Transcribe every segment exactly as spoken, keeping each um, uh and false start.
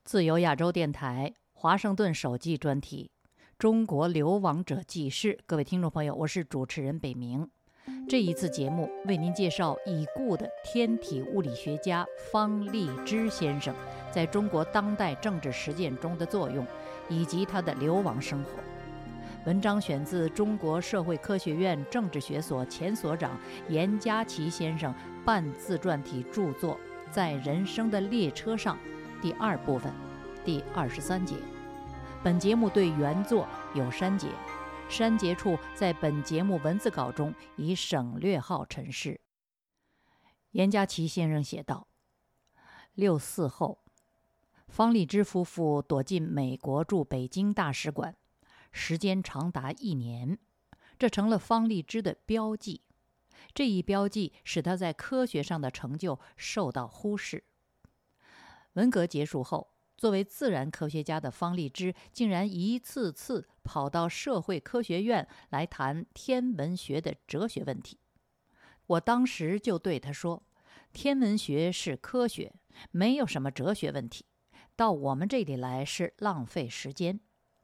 自由亚洲电台华盛顿首季专题中国流亡者记事。各位听众朋友，我是主持人北明。这一次节目为您介绍已故的天体物理学家方励之先生在中国当代政治实践中的作用，以及他的流亡生活。文章选自中国社会科学院政治学所前所长严家祺先生半自传体著作《在人生的列车上》第二部分第二十三节。本节目对原作有删节，删节处在本节目文字稿中以省略号陈示。严家祺先生写道：六四后，方励之夫妇躲进美国驻北京大使馆，时间长达一年，这成了方励之的标记。这一标记使他在科学上的成就受到忽视。文革结束后，作为自然科学家的方励之竟然一次次跑到社会科学院来谈天文学的哲学问题。我当时就对他说，天文学是科学，没有什么哲学问题，到我们这里来是浪费时间。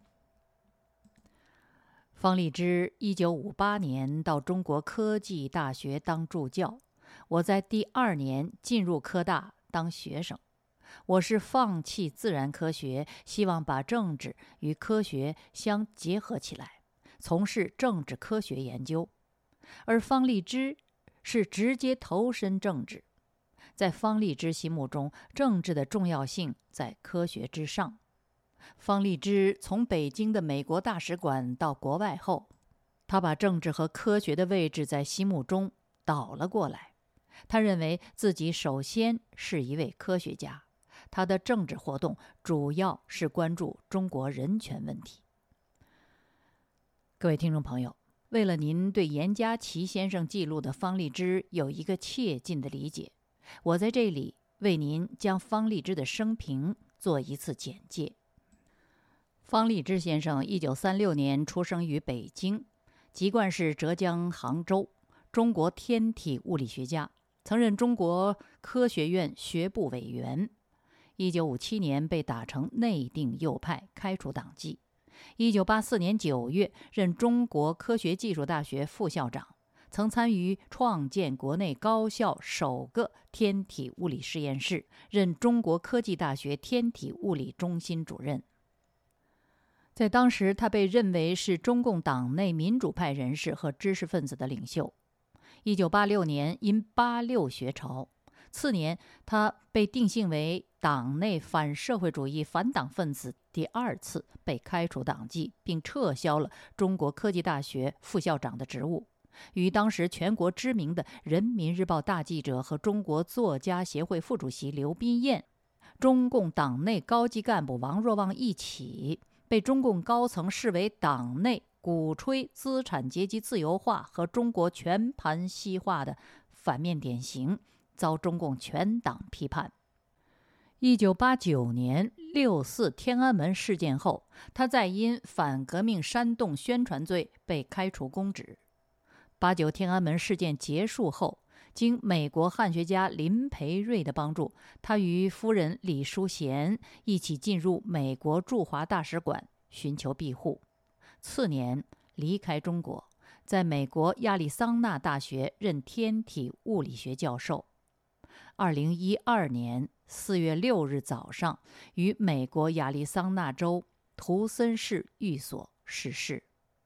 方励之一九五八年到中国科技大学当助教，我在第二年进入科大当学生。我是放弃自然科学，希望把政治与科学相结合起来，从事政治科学研究。而方励之是直接投身政治。在方励之心目中，政治的重要性在科学之上。方励之从北京的美国大使馆到国外后，他把政治和科学的位置在心目中倒了过来。他认为自己首先是一位科学家，他的政治活动主要是关注中国人权问题。各位听众朋友，为了您对严家祺先生记录的方励之有一个切近的理解，我在这里为您将方励之的生平做一次简介。方励之先生一九三六年出生于北京，籍贯是浙江杭州，中国天体物理学家，曾任中国科学院学部委员。一九五七年被打成内定右派，开除党籍。一九八四年九月任中国科学技术大学副校长，曾参与创建国内高校首个天体物理实验室，任中国科技大学天体物理中心主任。在当时，他被认为是中共党内民主派人士和知识分子的领袖。一九八六年因八六学潮，次年他被定性为党内反社会主义反党分子，第二次被开除党籍，并撤销了中国科技大学副校长的职务，与当时全国知名的人民日报大记者和中国作家协会副主席刘宾彦、中共党内高级干部王若望一起被中共高层视为党内鼓吹资产阶级自由化和中国全盘西化的反面典型，遭中共全党批判。一九八九年六四天安门事件后，他再因反革命煽动宣传罪被开除公职。八九天安门事件结束后，经美国汉学家林培瑞的帮助，他与夫人李淑贤一起进入美国驻华大使馆寻求庇护。次年离开中国，在美国亚利桑那大学任天体物理学教授。二零一二年四月六日早上，于美国亚利桑那州图森市寓所逝世。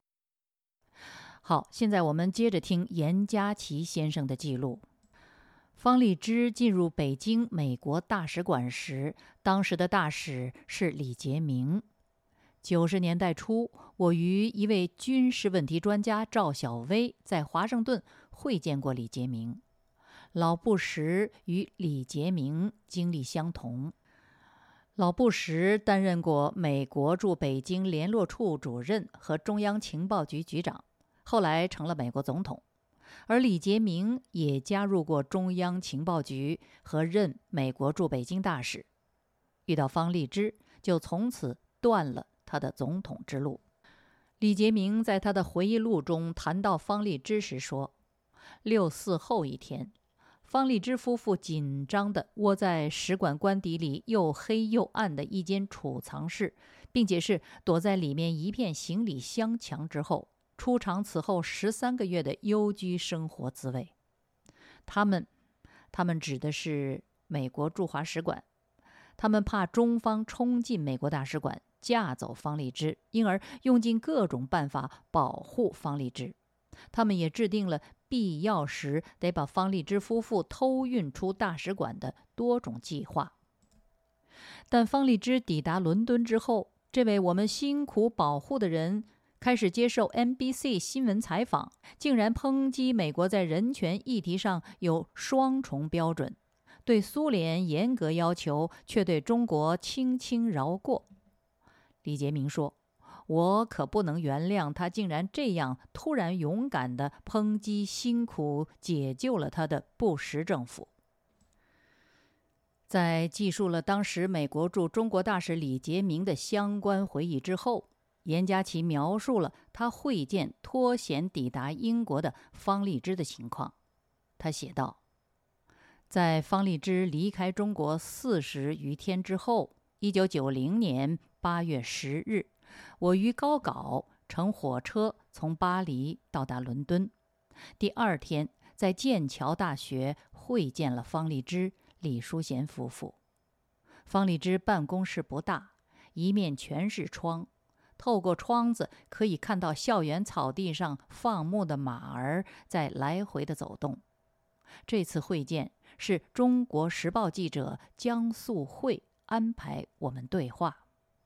好，现在我们接着听严家祺先生的记录。方励之进入北京美国大使馆时，当时的大使是李杰明。九十年代初，我与一位军事问题专家赵晓薇在华盛顿会见过李杰明。老布什与李杰明经历相同。老布什担任过美国驻北京联络处主任和中央情报局局长，后来成了美国总统。而李杰明也加入过中央情报局和任美国驻北京大使。遇到方励之，就从此断了他的总统之路。李杰明在他的回忆录中谈到方励之时说，六四后一天， 方励之夫妇紧张地窝在使馆官邸里又黑又暗的一间储藏室，并且是躲在里面一片行李箱墙之后，出尝此后十三个月的幽居生活滋味。他们，他们指的是美国驻华使馆。他们怕中方冲进美国大使馆，架走方励之，因而用尽各种办法保护方励之。他们也制定了必要时得把方励之夫妇偷运出大使馆的多种计划。但方励之抵达伦敦之后，这位我们辛苦保护的人开始接受 N B C 新闻采访，竟然抨击美国在人权议题上有双重标准，对苏联严格要求，却对中国轻轻饶过。李杰明说，我可不能原谅他竟然这样突然勇敢地抨击辛苦解救了他的布什政府。在记述了当时美国驻中国大使李杰明的相关回忆之后，严家琪描述了他会见脱险抵达英国的方励之的情况。他写道，在方励之离开中国四十余天之后，一九九零年八月十日，我于高稿乘火车从巴黎到达伦敦。第二天，在剑桥大学会见了方励之、李淑贤夫妇。方励之办公室不大，一面全是窗，透过窗子可以看到校园草地上放牧的马儿在来回的走动。这次会见是中国时报记者江素慧安排我们对话。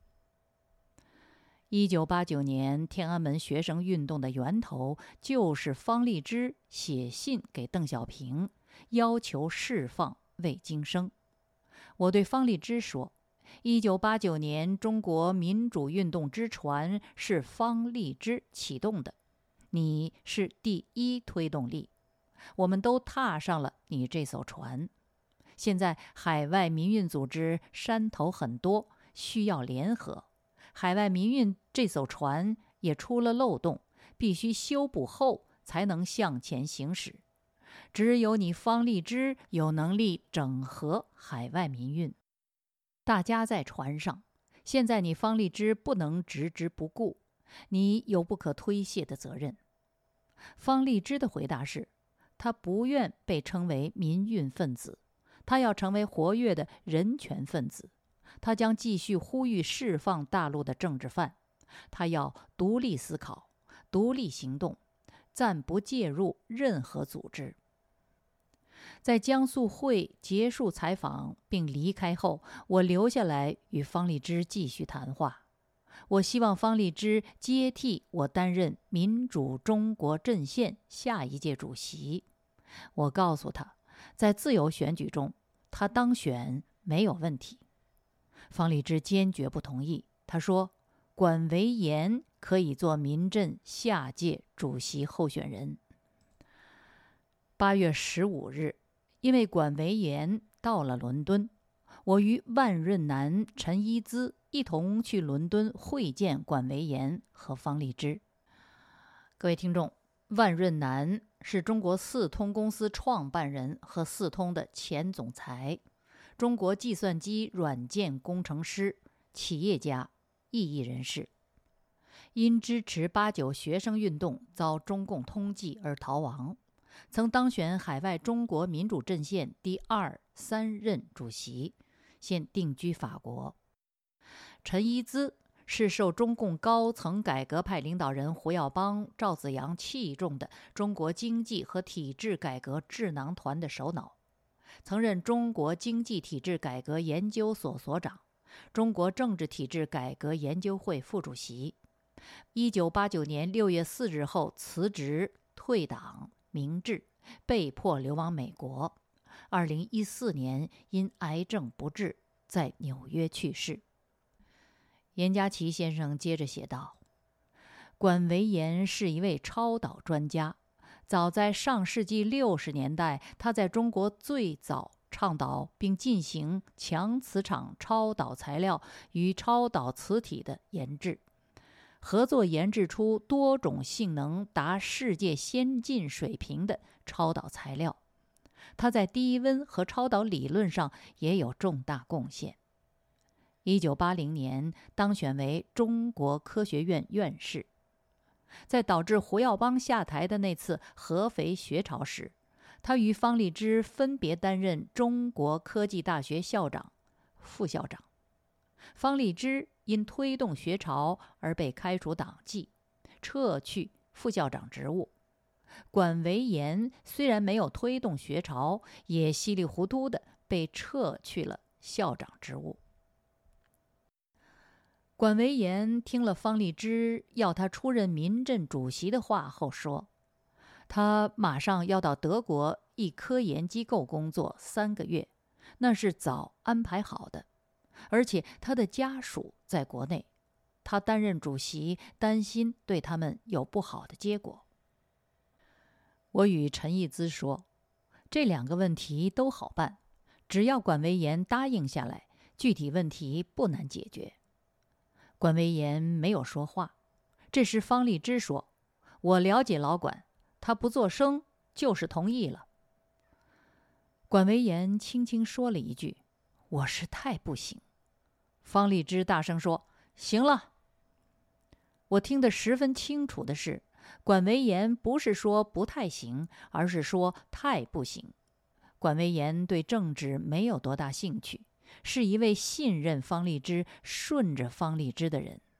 一九八九年天安门学生运动的源头就是方励之写信给邓小平，要求释放魏京生。我对方励之说，一九八九年中国民主运动之船是方励之启动的，你是第一推动力，我们都踏上了你这艘船。现在海外民运组织山头很多，需要联合。海外民运这艘船也出了漏洞，必须修补后才能向前行驶。只有你方励之有能力整合海外民运。大家在船上，现在你方励之不能置之不顾，你有不可推卸的责任。方励之的回答是，他不愿被称为民运分子，他要成为活跃的人权分子。他将继续呼吁释放大陆的政治犯，他要独立思考、独立行动，暂不介入任何组织。在江素慧结束采访并离开后，我留下来与方励之继续谈话。我希望方励之接替我担任民主中国阵线下一届主席。我告诉他，在自由选举中，他当选没有问题。方励之坚决不同意，他说，管维言可以做民阵下届主席候选人。八月十五日，因为管维言到了伦敦，我与万润南、陈一姿一同去伦敦会见管维言和方励之。各位听众，万润南是中国四通公司创办人和四通的前总裁，中国计算机软件工程师、企业家、异议人士，因支持八九学生运动遭中共通缉而逃亡，曾当选海外中国民主阵线第二、三任主席，现定居法国。陈一姿是受中共高层改革派领导人胡耀邦、赵紫阳器重的中国经济和体制改革智囊团的首脑，曾任中国经济体制改革研究所所长、中国政治体制改革研究会副主席。一九八九年六月四日后辞职退党明志，被迫流亡美国。二零一四年因癌症不治，在纽约去世。严家琪先生接着写道：管维言是一位超导专家。早在上世纪六十年代，他在中国最早倡导并进行强磁场超导材料与超导磁体的研制，合作研制出多种性能达世界先进水平的超导材料。 他在低温和超导理论上也有重大贡献。一九八零年当选为中国科学院院士。在导致胡耀邦下台的那次合肥学潮时，他与方励之分别担任中国科技大学校长、副校长。方励之因推动学潮而被开除党纪，撤去副校长职务。管维言虽然没有推动学潮，也稀里糊涂地被撤去了校长职务。管维言听了方励之要他出任民阵主席的话后说，他马上要到德国一科研机构工作三个月，那是早安排好的，而且他的家属在国内，他担任主席，担心对他们有不好的结果。我与陈义咨说，这两个问题都好办，只要管维言答应下来，具体问题不难解决。管维言没有说话。这时方励之说，我了解老管，他不作声就是同意了。管维言轻轻说了一句，我是太不行。方励之大声说，行了。我听得十分清楚的是，管维言不是说不太行，而是说太不行。管维言对政治没有多大兴趣，是一位信任方励之、顺着方励之的人。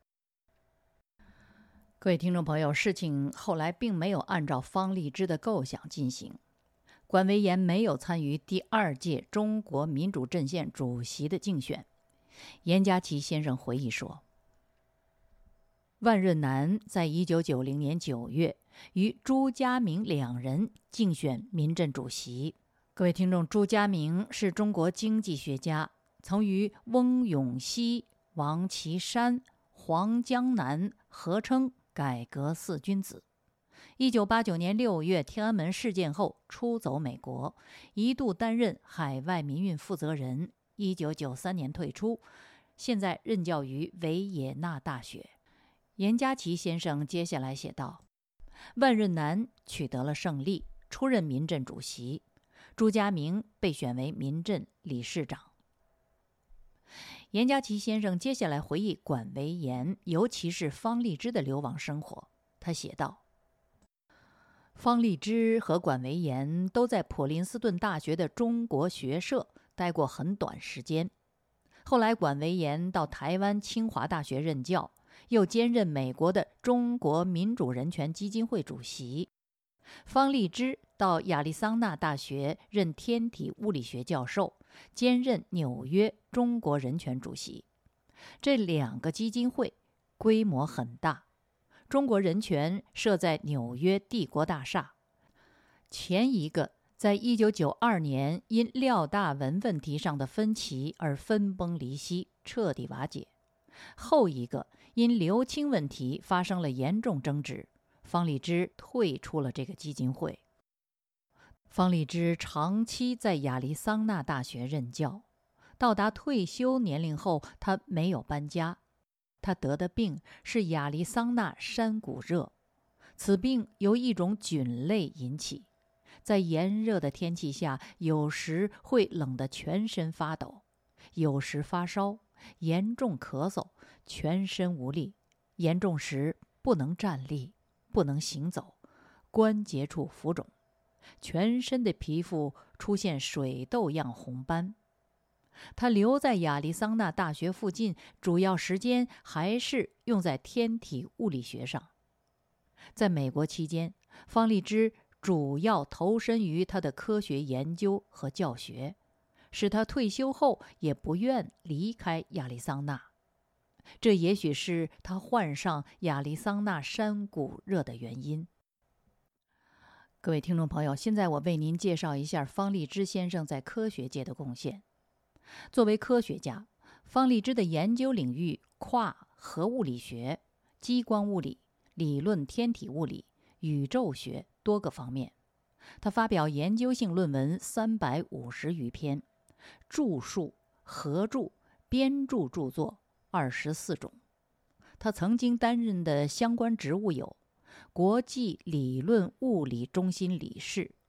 各位听众朋友，事情后来并没有按照方励之的构想进行。管维言没有参与第二届中国民主阵线主席的竞选。严家祺先生回忆说，万润南在一九九零年九月与朱家明两人竞选民阵主席。各位听众，朱家明是中国经济学家，曾与翁永熙、王岐山、黄江南合称改革四君子。一九八九年六月天安门事件后出走美国，一度担任海外民运负责人。一九九三年退出，现在任教于维也纳大学。严家祺先生接下来写道，万润南取得了胜利，出任民阵主席，朱家明被选为民阵理事长。严家祺先生接下来回忆管维言，尤其是方励之的流亡生活。他写道，方励之和管维言都在普林斯顿大学的中国学社待过很短时间。后来管维言到台湾清华大学任教，又兼任美国的中国民主人权基金会主席。方励之到亚利桑那大学任天体物理学教授，兼任纽约中国人权主席。这两个基金会规模很大，中国人权设在纽约帝国大厦，前一个在一九九二年因廖大文问题上的分歧而分崩离析，彻底瓦解，后一个因刘清问题发生了严重争执，方励之退出了这个基金会。方励之长期在亚利桑那大学任教，到达退休年龄后，他没有搬家。他得的病是亚利桑那山谷热，此病由一种菌类引起，在炎热的天气下，有时会冷得全身发抖，有时发烧，严重咳嗽，全身无力，严重时不能站立，不能行走，关节处浮肿，全身的皮肤出现水痘样红斑。他留在亚利桑那大学附近，主要时间还是用在天体物理学上。在美国期间，方励之主要投身于他的科学研究和教学，使他退休后也不愿离开亚利桑那。这也许是他患上亚利桑那山谷热的原因。各位听众朋友，现在我为您介绍一下方励之先生在科学界的贡献。作为科学家，方励之的研究领域跨核物理学、激光物理、理论天体物理、宇宙学多个方面。他发表研究性论文三百五十余篇，著述、合著、编著著作二十四种。他曾经担任的相关职务有：国际理论物理中心理事、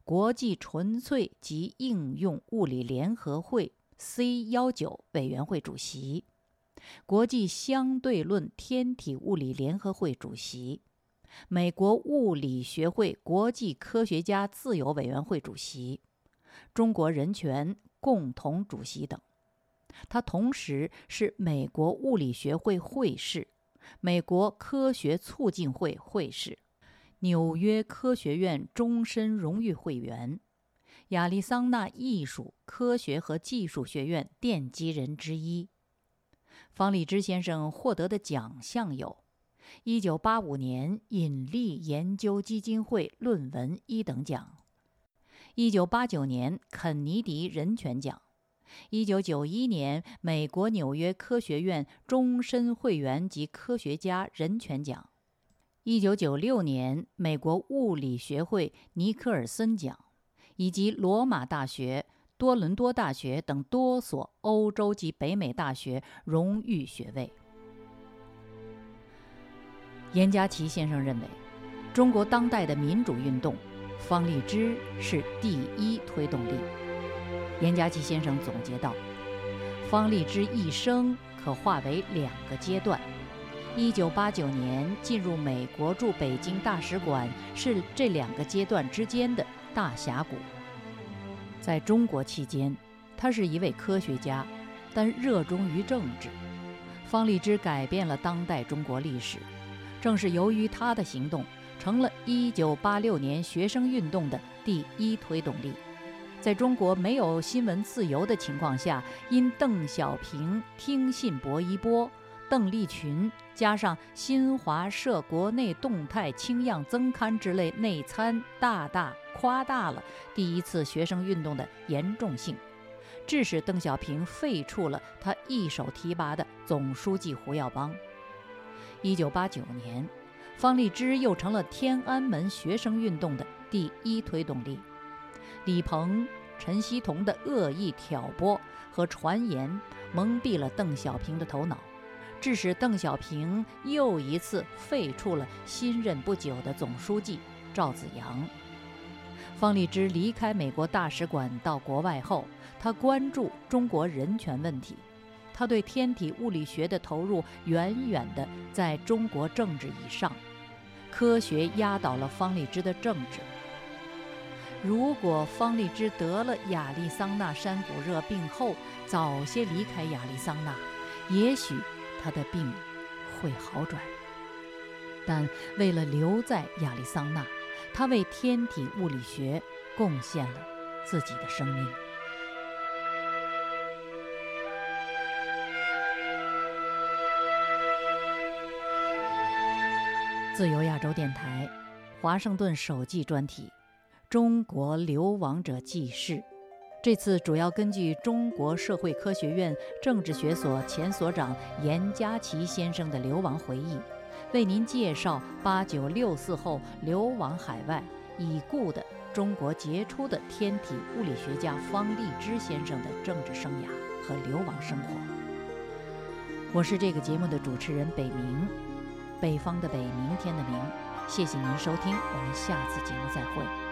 国际纯粹及应用物理联合会 C 十九 委员会主席，国际相对论天体物理联合会主席，美国物理学会国际科学家自由委员会主席，中国人权共同主席等。他同时是美国物理学会会士、美国科学促进会会士、纽约科学院终身荣誉会员、亚利桑那艺术、科学和技术学院奠基人之一。方励之先生获得的奖项有一九八五年引力研究基金会论文一等奖，一九八九年肯尼迪人权奖，一九九一年美国纽约科学院终身会员及科学家人权奖，一九九六年美国物理学会尼克尔森奖，以及罗马大学、多伦多大学等多所欧洲及北美大学荣誉学位。严家琪先生认为，中国当代的民主运动，方励之是第一推动力。严家琪先生总结道，方励之一生可划为两个阶段。一九八九年进入美国驻北京大使馆是这两个阶段之间的大峡谷。在中国期间，他是一位科学家，但热衷于政治。方励之改变了当代中国历史，正是由于他的行动，成了一九八六年学生运动的第一推动力。在中国没有新闻自由的情况下，因邓小平听信薄一波、邓丽群加上新华社国内动态轻样增刊之类内参，大大夸大了第一次学生运动的严重性，致使邓小平废黜了他一手提拔的总书记胡耀邦。一九八九年，方励之又成了天安门学生运动的第一推动力。李鹏、陈锡同的恶意挑拨和传言蒙蔽了邓小平的头脑，致使邓小平又一次废黜了新任不久的总书记赵紫阳。方励之离开美国大使馆到国外后，他关注中国人权问题，他对天体物理学的投入远远地在中国政治以上，科学压倒了方励之的政治。如果方励之得了亚利桑那山谷热病后早些离开亚利桑那，也许他的病会好转。但为了留在亚利桑那，他为天体物理学贡献了自己的生命。自由亚洲电台华盛顿首季专题，中国流亡者记事。这次主要根据中国社会科学院政治学所前所长严家琪先生的流亡回忆，为您介绍八九六四后流亡海外已故的中国杰出的天体物理学家方励之先生的政治生涯和流亡生活。我是这个节目的主持人北明，北方的北，明天的明。谢谢您收听，我们下次节目再会。